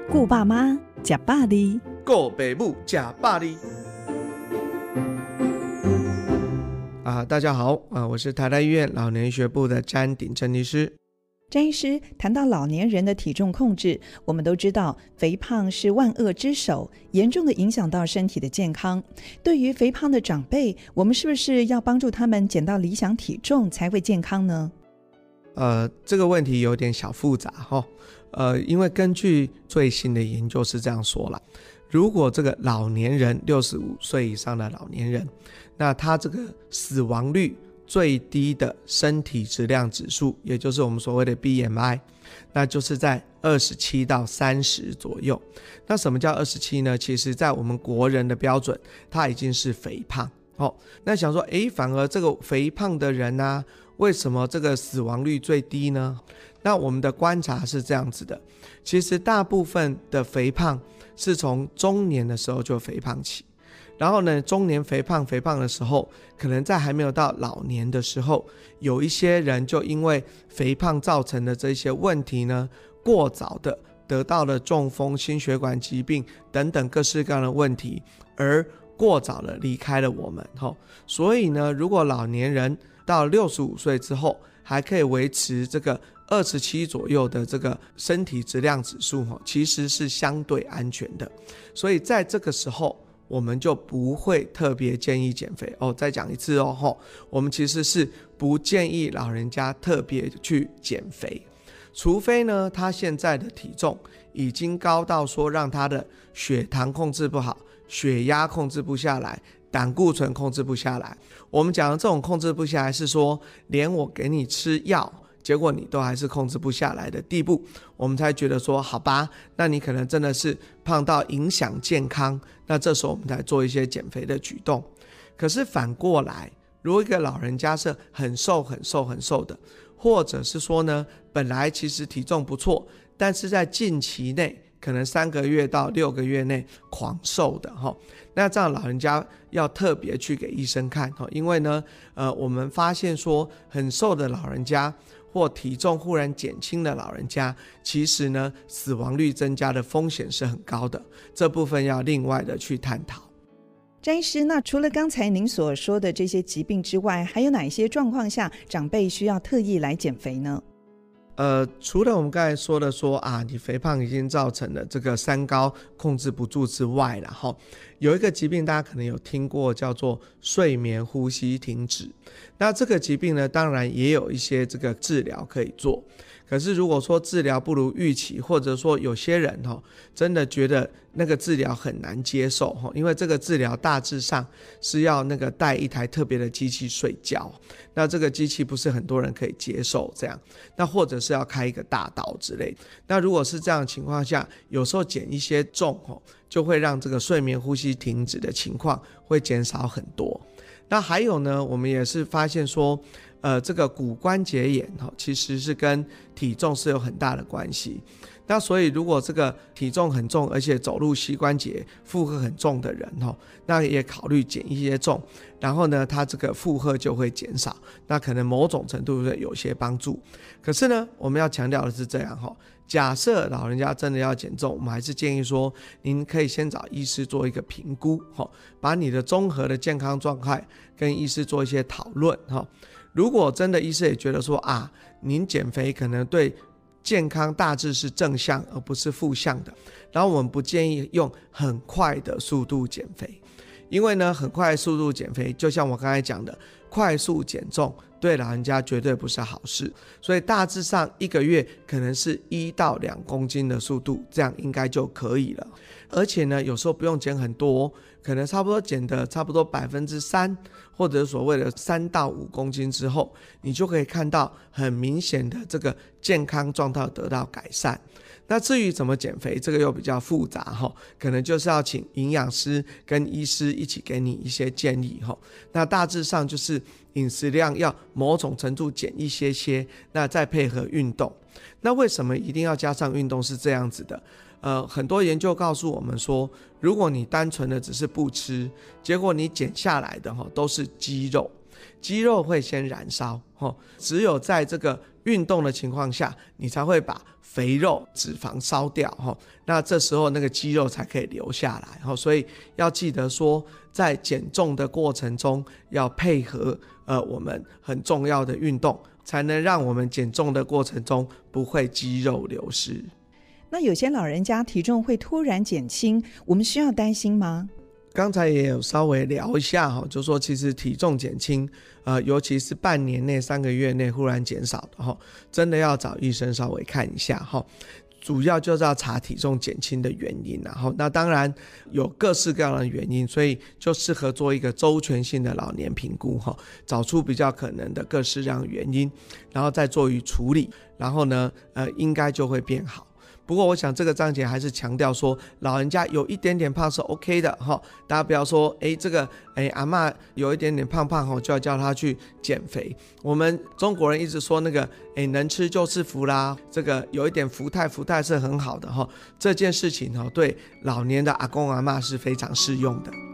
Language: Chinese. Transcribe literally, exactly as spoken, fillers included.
顾爸妈，吃百里， 顾爸母，吃百里。啊，大家好啊，我是台大医院老年医学部的詹鼎正医师。 詹医师，谈到老年人的体重控制，我们都知道肥胖是万恶之首，严重的影响到身体的健康。对于肥胖的长辈，我们是不是要帮助他们减到理想体重才会健康呢？ 呃，这个问题有点小复杂哈、哦。呃，因为根据最新的研究是这样说啦，如果这个老年人六十五岁以上的老年人，那他这个死亡率最低的身体质量指数，也就是我们所谓的 B M I， 那就是在二十七到三十左右。那什么叫二十七呢？其实在我们国人的标准，它已经是肥胖哦。那想说，诶，反而这个肥胖的人啊，为什么这个死亡率最低呢？那我们的观察是这样子的，其实大部分的肥胖是从中年的时候就肥胖起，然后呢，中年肥胖肥胖的时候，可能在还没有到老年的时候，有一些人就因为肥胖造成的这些问题呢，过早的得到了中风、心血管疾病等等各式各样的问题，而过早的离开了我们。所以呢，如果老年人到六十五岁之后还可以维持这个二十七左右的这个身体质量指数，其实是相对安全的。所以在这个时候我们就不会特别建议减肥哦。再讲一次哦，我们其实是不建议老人家特别去减肥，除非呢他现在的体重已经高到说让他的血糖控制不好，血压控制不下来，胆固醇控制不下来。我们讲的这种控制不下来是说连我给你吃药结果你都还是控制不下来的地步，我们才觉得说好吧，那你可能真的是胖到影响健康，那这时候我们才做一些减肥的举动。可是反过来，如果一个老人家是很瘦很瘦很瘦的，或者是说呢本来其实体重不错，但是在近期内可能三个月到六个月内狂瘦的，那这样老人家要特别去给医生看，因为呢呃，我们发现说很瘦的老人家或体重忽然减轻的老人家，其实呢死亡率增加的风险是很高的，这部分要另外的去探讨。 詹医师，那除了刚才您所说的这些疾病之外，还有哪一些状况下长辈需要特意来减肥呢？ 呃，除了我们刚才说的说啊，你肥胖已经造成了这个三高控制不住之外啦，齁，有一个疾病大家可能有听过，叫做睡眠呼吸停止。那这个疾病呢，当然也有一些这个治疗可以做，可是如果说治疗不如预期，或者说有些人齁真的觉得那个治疗很难接受，因为这个治疗大致上是要那个带一台特别的机器睡觉，那这个机器不是很多人可以接受这样，那或者是要开一个大刀之类的。那如果是这样的情况下，有时候减一些重就会让这个睡眠呼吸停止的情况会减少很多。那还有呢，我们也是发现说呃，这个骨关节炎其实是跟体重是有很大的关系。那所以如果这个体重很重，而且走路膝关节负荷很重的人，那也考虑减一些重，然后呢他这个负荷就会减少，那可能某种程度会有些帮助。可是呢我们要强调的是这样，假设老人家真的要减重，我们还是建议说您可以先找医师做一个评估，把你的综合的健康状态跟医师做一些讨论。如果真的医师也觉得说啊，您减肥可能对健康大致是正向而不是负向的，然后我们不建议用很快的速度减肥，因为呢很快的速度减肥就像我刚才讲的，快速减重对老人家绝对不是好事，所以大致上一个月可能是一到两公斤的速度，这样应该就可以了。而且呢有时候不用减很多，可能差不多减的差不多百分之三，或者所谓的三到五公斤之后，你就可以看到很明显的这个健康状态得到改善。那至于怎么减肥，这个又比较复杂，可能就是要请营养师跟医师一起给你一些建议。那大致上就是饮食量要某种程度减一些些，那再配合运动。那为什么一定要加上运动是这样子的？呃，很多研究告诉我们说，如果你单纯的只是不吃，结果你减下来的都是肌肉，肌肉会先燃烧，只有在这个运动的情况下，你才会把肥肉脂肪烧掉，那这时候那个肌肉才可以留下来。所以要记得说，在减重的过程中要配合呃我们很重要的运动，才能让我们减重的过程中不会肌肉流失。 那有些老人家体重会突然减轻，我们需要担心吗？ 刚才也有稍微聊一下，就说其实体重减轻，呃，尤其是半年内、三个月内忽然减少的，真的要找医生稍微看一下。主要就是要查体重减轻的原因，然后那当然有各式各样的原因，所以就适合做一个周全性的老年评估，找出比较可能的各式各样的原因，然后再做于处理，然后呢，呃，应该就会变好。不过我想这个章节还是强调说，老人家有一点点胖是 OK 的，大家不要说哎，这个哎阿嬷有一点点胖胖就要叫他去减肥。我们中国人一直说那个哎能吃就是福啦，这个有一点福态福态是很好的，这件事情对老年的阿公阿嬷是非常适用的。